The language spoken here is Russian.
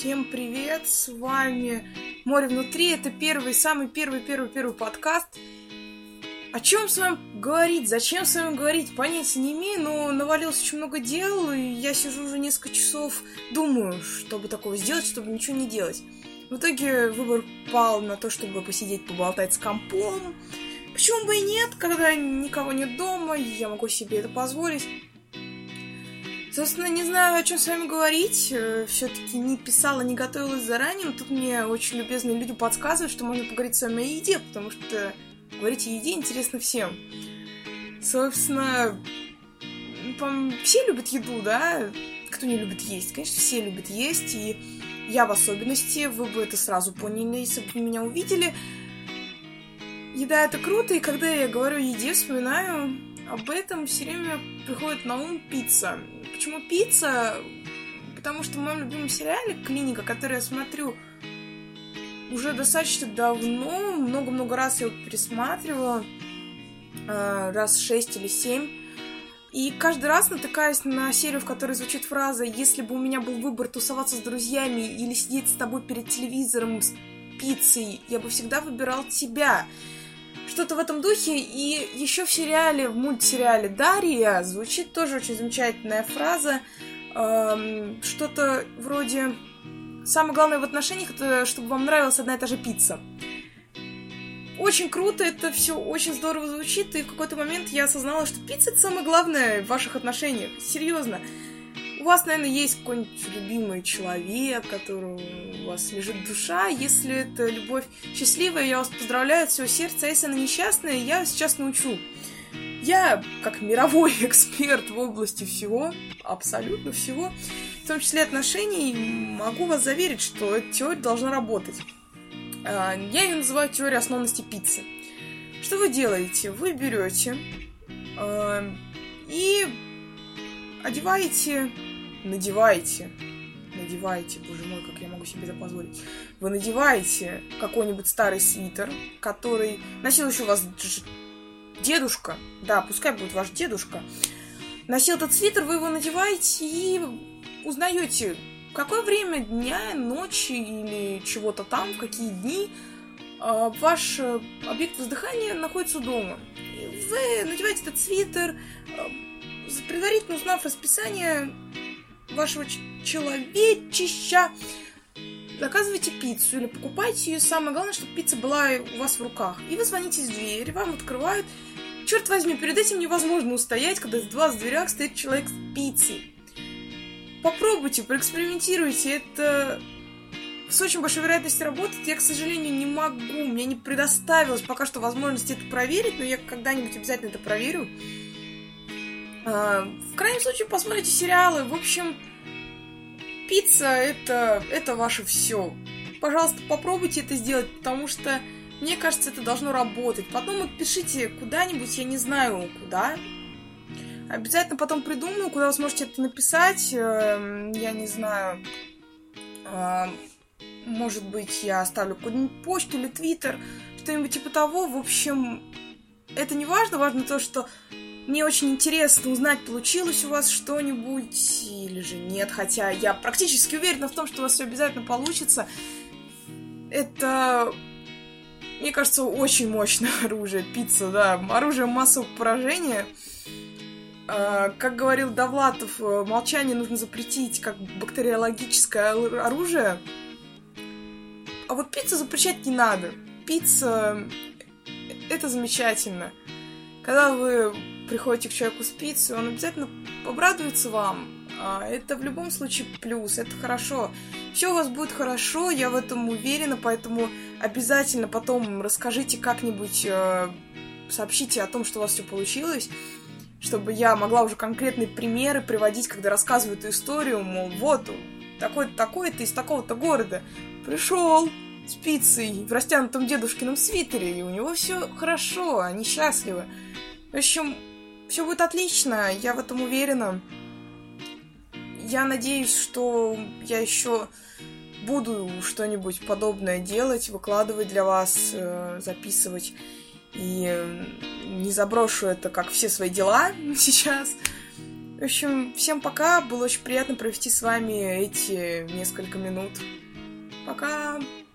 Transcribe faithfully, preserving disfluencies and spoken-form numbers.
Всем привет, с вами Море внутри, это первый, самый первый-первый-первый подкаст. О чем с вами говорить, зачем с вами говорить, понятия не имею, но навалилось очень много дел, и я сижу уже несколько часов, думаю, чтобы такого сделать, чтобы ничего не делать. В итоге выбор пал на то, чтобы посидеть, поболтать с компом. Почему бы и нет, когда никого нет дома, я могу себе это позволить. Собственно, не знаю, о чем с вами говорить. Все-таки не писала, не готовилась заранее, но тут мне очень любезные люди подсказывают, что можно поговорить с вами о еде, потому что говорить о еде интересно всем. Собственно, все любят еду, да? Кто не любит есть? Конечно, все любят есть, и я в особенности, вы бы это сразу поняли, если бы вы меня увидели. Еда — это круто, и когда я говорю о еде, вспоминаю об этом, все время приходит на ум пицца. Почему пицца? Потому что в моем любимом сериале «Клиника», который я смотрю уже достаточно давно, много-много раз я его пересматривала, раз шесть или семь, и каждый раз натыкаюсь на серию, в которой звучит фраза: «Если бы у меня был выбор тусоваться с друзьями или сидеть с тобой перед телевизором с пиццей, я бы всегда выбирал тебя». Что-то в этом духе. И еще в сериале, в мультсериале «Дарья» звучит тоже очень замечательная фраза. Эм, что-то вроде: «Самое главное в отношениях — это чтобы вам нравилась одна и та же пицца». Очень круто, это все очень здорово звучит, и в какой-то момент я осознала, что пицца — это самое главное в ваших отношениях. Серьезно. У вас, наверное, есть какой-нибудь любимый человек, которому у вас лежит душа. Если это любовь счастливая, я вас поздравляю от всего сердца. А если она несчастная, я вас сейчас научу. Я, как мировой эксперт в области всего, абсолютно всего, в том числе отношений, могу вас заверить, что эта теория должна работать. Я ее называю теорией основности пиццы. Что вы делаете? Вы берете и одеваете... Надеваете, надеваете, боже мой, как я могу себе это позволить. Вы надеваете какой-нибудь старый свитер, который носил еще у вас дедушка, да, пускай будет ваш дедушка. Носил этот свитер, вы его надеваете и узнаете, в какое время дня, ночи или чего-то там, в какие дни ваш объект воздыхания находится дома. И вы надеваете этот свитер, предварительно узнав расписание вашего человечища, заказывайте пиццу или покупайте ее. Самое главное, чтобы пицца была у вас в руках. И вы звоните в дверь, вам открывают. Черт возьми, перед этим невозможно устоять, когда в вас в дверях стоит человек с пиццей. Попробуйте, проэкспериментируйте. Это с очень большой вероятностью работает. Я, к сожалению, не могу, мне не предоставилось пока что возможности это проверить, но я когда-нибудь обязательно это проверю. В крайнем случае, посмотрите сериалы. В общем, пицца это, это ваше все. Пожалуйста, попробуйте это сделать, потому что, мне кажется, это должно работать. Потом отпишите куда-нибудь, я не знаю куда. Обязательно потом придумаю, куда вы сможете это написать. Я не знаю. Может быть, я оставлю какую-нибудь почту или твиттер, что-нибудь типа того. В общем, это не важно. Важно то, что мне очень интересно узнать, получилось у вас что-нибудь или же нет. Хотя я практически уверена в том, что у вас все обязательно получится. Это, мне кажется, очень мощное оружие. Пицца, да. Оружие массового поражения. Как говорил Довлатов, молчание нужно запретить как бактериологическое оружие. А вот пиццу запрещать не надо. Пицца — это замечательно. Когда вы приходите к человеку с пиццей, он обязательно обрадуется вам. Это в любом случае плюс, это хорошо. Все у вас будет хорошо, я в этом уверена, поэтому обязательно потом расскажите как-нибудь, сообщите о том, что у вас все получилось, чтобы я могла уже конкретные примеры приводить, когда рассказываю эту историю, мол, вот, такой-то, такой-то из такого-то города пришел с пиццей в растянутом дедушкином свитере, и у него все хорошо, они счастливы. В общем, все будет отлично, я в этом уверена. Я надеюсь, что я еще буду что-нибудь подобное делать, выкладывать для вас, записывать. И не заброшу это, как все свои дела сейчас. В общем, всем пока. Было очень приятно провести с вами эти несколько минут. Пока!